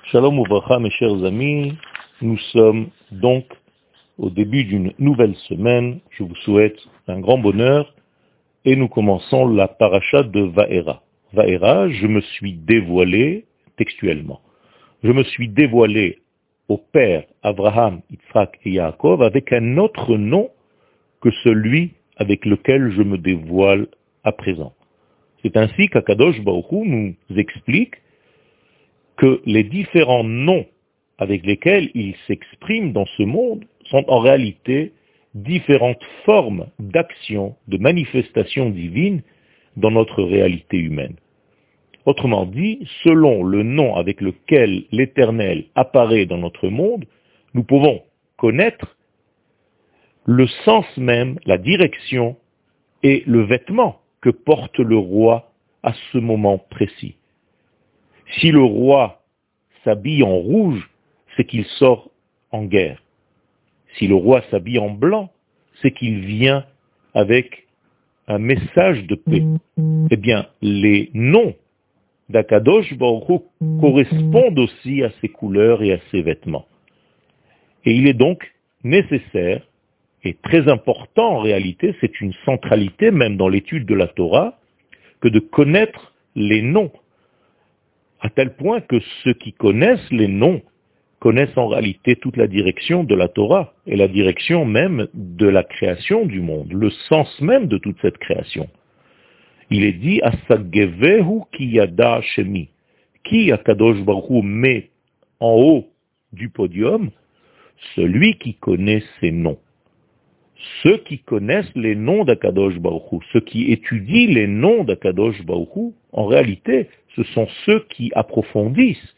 Shalom Uvracha, mes chers amis, nous sommes donc au début d'une nouvelle semaine. Je vous souhaite un grand bonheur et nous commençons la paracha de Vaera. Vaera, je me suis dévoilé textuellement. Je me suis dévoilé au père Abraham, Yitzhak et Yaakov avec un autre nom que celui avec lequel je me dévoile à présent. C'est ainsi qu'Akadosh Baruch Hu nous explique que les différents noms avec lesquels il s'exprime dans ce monde sont en réalité différentes formes d'action, de manifestation divine dans notre réalité humaine. Autrement dit, selon le nom avec lequel l'Éternel apparaît dans notre monde, nous pouvons connaître le sens même, la direction et le vêtement que porte le roi à ce moment précis. Si le roi s'habille en rouge, c'est qu'il sort en guerre. Si le roi s'habille en blanc, c'est qu'il vient avec un message de paix. Eh bien, les noms d'Akadosh Baruch Hu correspondent aussi à ses couleurs et à ses vêtements. Et il est donc nécessaire et très important en réalité, c'est une centralité même dans l'étude de la Torah, que de connaître les noms, à tel point que ceux qui connaissent les noms connaissent en réalité toute la direction de la Torah et la direction même de la création du monde, le sens même de toute cette création. Il est dit Asagevehu ki yada shemi, qui Akadosh Baruch Hu met en haut du podium, celui qui connaît ses noms. Ceux qui connaissent les noms d'Akadosh Baruch Hu, ceux qui étudient les noms d'Akadosh Baruch Hu, en réalité, ce sont ceux qui approfondissent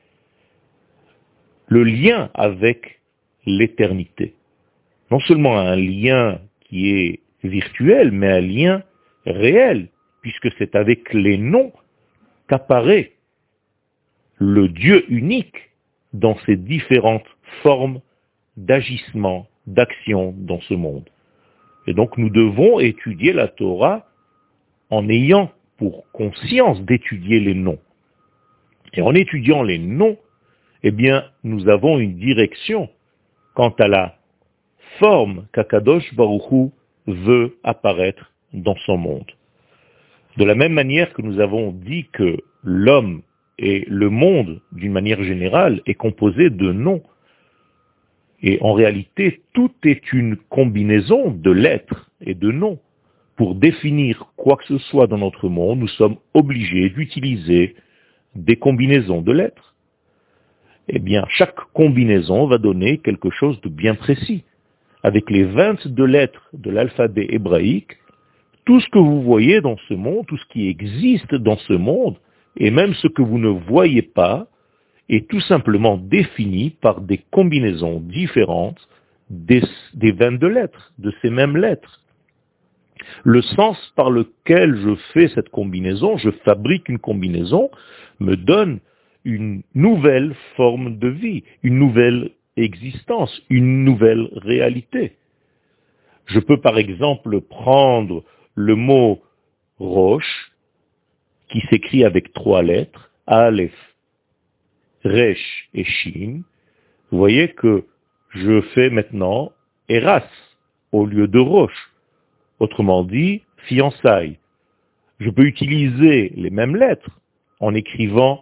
le lien avec l'éternité. Non seulement un lien qui est virtuel, mais un lien réel, puisque c'est avec les noms qu'apparaît le Dieu unique dans ses différentes formes d'agissement, d'action dans ce monde. Et donc nous devons étudier la Torah en ayant pour conscience d'étudier les noms. Et en étudiant les noms, eh bien, nous avons une direction quant à la forme qu'Akadosh Baruch Hu veut apparaître dans son monde. De la même manière que nous avons dit que l'homme et le monde, d'une manière générale, est composé de noms, et en réalité, tout est une combinaison de lettres et de noms. Pour définir quoi que ce soit dans notre monde, nous sommes obligés d'utiliser des combinaisons de lettres. Eh bien, chaque combinaison va donner quelque chose de bien précis. Avec les 22 lettres de l'alphabet hébraïque, tout ce que vous voyez dans ce monde, tout ce qui existe dans ce monde, et même ce que vous ne voyez pas, est tout simplement défini par des combinaisons différentes des 22 lettres, de ces mêmes lettres. Le sens par lequel je fais cette combinaison, je fabrique une combinaison, me donne une nouvelle forme de vie, une nouvelle existence, une nouvelle réalité. Je peux par exemple prendre le mot roche, qui s'écrit avec 3 lettres, Aleph, Resh et Shin. Vous voyez que je fais maintenant Eras au lieu de roche. Autrement dit, fiançailles. Je peux utiliser les mêmes lettres en écrivant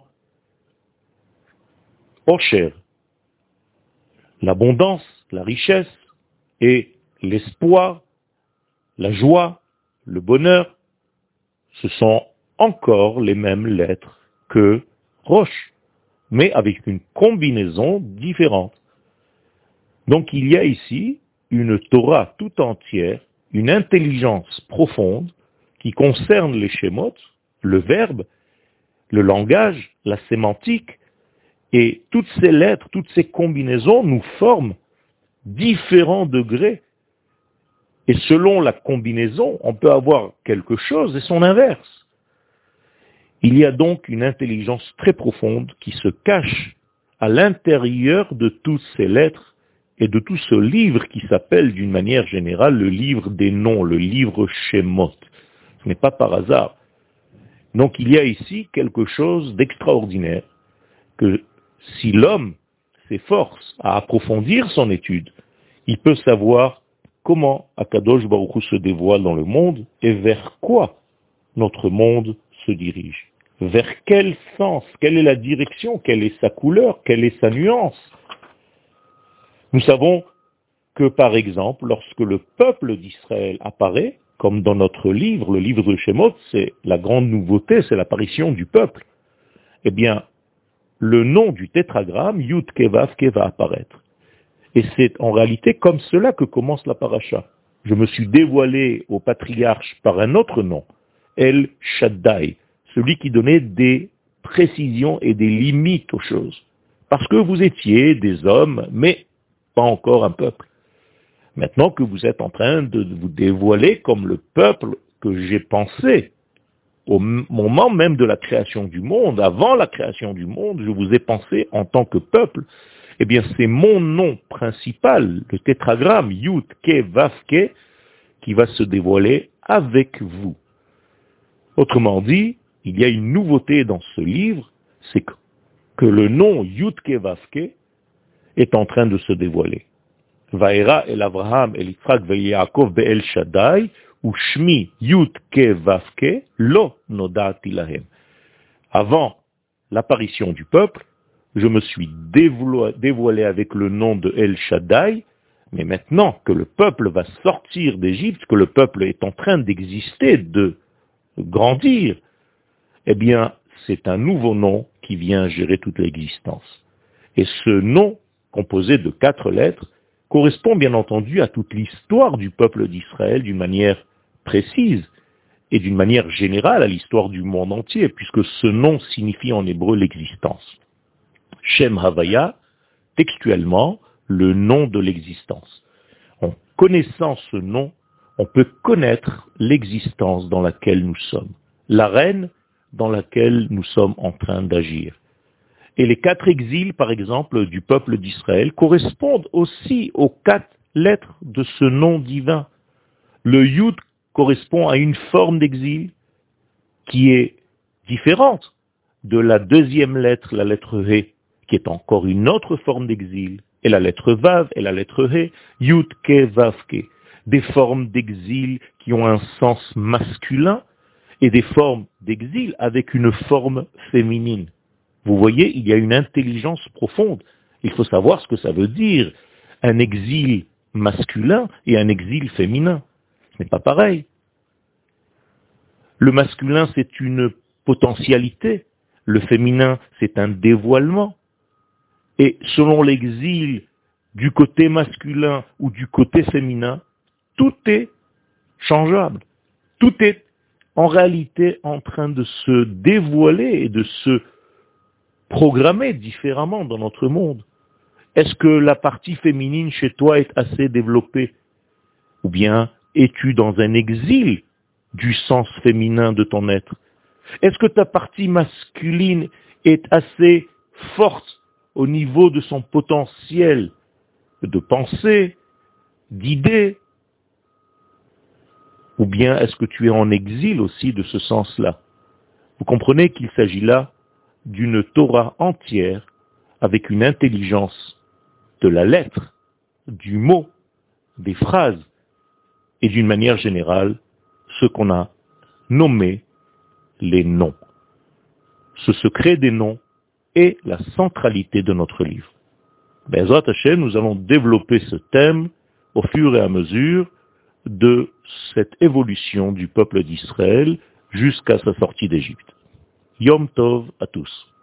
Osher, l'abondance, la richesse, et l'espoir, la joie, le bonheur. Ce sont encore les mêmes lettres que roche, mais avec une combinaison différente. Donc il y a ici une Torah tout entière, une intelligence profonde qui concerne les shémot, le verbe, le langage, la sémantique, et toutes ces lettres, toutes ces combinaisons nous forment différents degrés. Et selon la combinaison, on peut avoir quelque chose et son inverse. Il y a donc une intelligence très profonde qui se cache à l'intérieur de toutes ces lettres et de tout ce livre qui s'appelle d'une manière générale le livre des noms, le livre Shemot. Ce n'est pas par hasard. Donc il y a ici quelque chose d'extraordinaire que Si l'homme s'efforce à approfondir son étude, il peut savoir comment Akadosh Baruch Hu se dévoile dans le monde et vers quoi notre monde se dirige. Vers quel sens, quelle est la direction, quelle est sa couleur, quelle est sa nuance. Nous savons que, par exemple, lorsque le peuple d'Israël apparaît, comme dans notre livre, le livre de Shemot, c'est la grande nouveauté, c'est l'apparition du peuple, eh bien, le nom du tétragramme, Yud Kevav Ke, va apparaître. Et c'est en réalité comme cela que commence la paracha. Je me suis dévoilé au patriarche par un autre nom, El Shaddai, celui qui donnait des précisions et des limites aux choses. Parce que vous étiez des hommes, mais pas encore un peuple. Maintenant que vous êtes en train de vous dévoiler comme le peuple que j'ai pensé, au moment même de la création du monde, avant la création du monde, je vous ai pensé en tant que peuple, eh bien c'est mon nom principal, le tétragramme Yud Ke Vav Ke, qui va se dévoiler avec vous. Autrement dit, il y a une nouveauté dans ce livre, c'est que le nom Yud Ke Vav Ke est en train de se dévoiler. Vaera el Avraham el Yitzhak ve Yaakov be'el Shaddai ou Shmi Yud Ke Vav Ke lo nodati lahem. Avant l'apparition du peuple, je me suis dévoilé avec le nom de El Shaddai, mais maintenant que le peuple va sortir d'Égypte, que le peuple est en train d'exister, de grandir, eh bien, c'est un nouveau nom qui vient gérer toute l'existence. Et ce nom, composé de 4 lettres, correspond bien entendu à toute l'histoire du peuple d'Israël d'une manière précise et d'une manière générale à l'histoire du monde entier, puisque ce nom signifie en hébreu l'existence. Shem Havaya, textuellement, le nom de l'existence. En connaissant ce nom, on peut connaître l'existence dans laquelle nous sommes, l'arène dans laquelle nous sommes en train d'agir. Et les 4 exils, par exemple, du peuple d'Israël correspondent aussi aux 4 lettres de ce nom divin. Le Yud correspond à une forme d'exil qui est différente de la 2e lettre, la lettre He, qui est encore une autre forme d'exil, et la lettre Vav et la lettre He, Yud Ke Vav Ke, des formes d'exil qui ont un sens masculin et des formes d'exil avec une forme féminine. Vous voyez, il y a une intelligence profonde. Il faut savoir ce que ça veut dire, un exil masculin et un exil féminin. Ce n'est pas pareil. Le masculin, c'est une potentialité. Le féminin, c'est un dévoilement. Et selon l'exil du côté masculin ou du côté féminin, tout est changeable. Tout est en réalité en train de se dévoiler et de se programmer différemment dans notre monde. Est-ce que la partie féminine chez toi est assez développée? Ou bien es-tu dans un exil du sens féminin de ton être? Est-ce que ta partie masculine est assez forte au niveau de son potentiel de pensée, d'idées? Ou bien est-ce que tu es en exil aussi de ce sens-là? Vous comprenez qu'il s'agit là d'une Torah entière avec une intelligence de la lettre, du mot, des phrases et d'une manière générale ce qu'on a nommé les noms. Ce secret des noms est la centralité de notre livre. Be'ezrat Hashem, nous allons développer ce thème au fur et à mesure de cette évolution du peuple d'Israël jusqu'à sa sortie d'Égypte. Yom Tov à tous.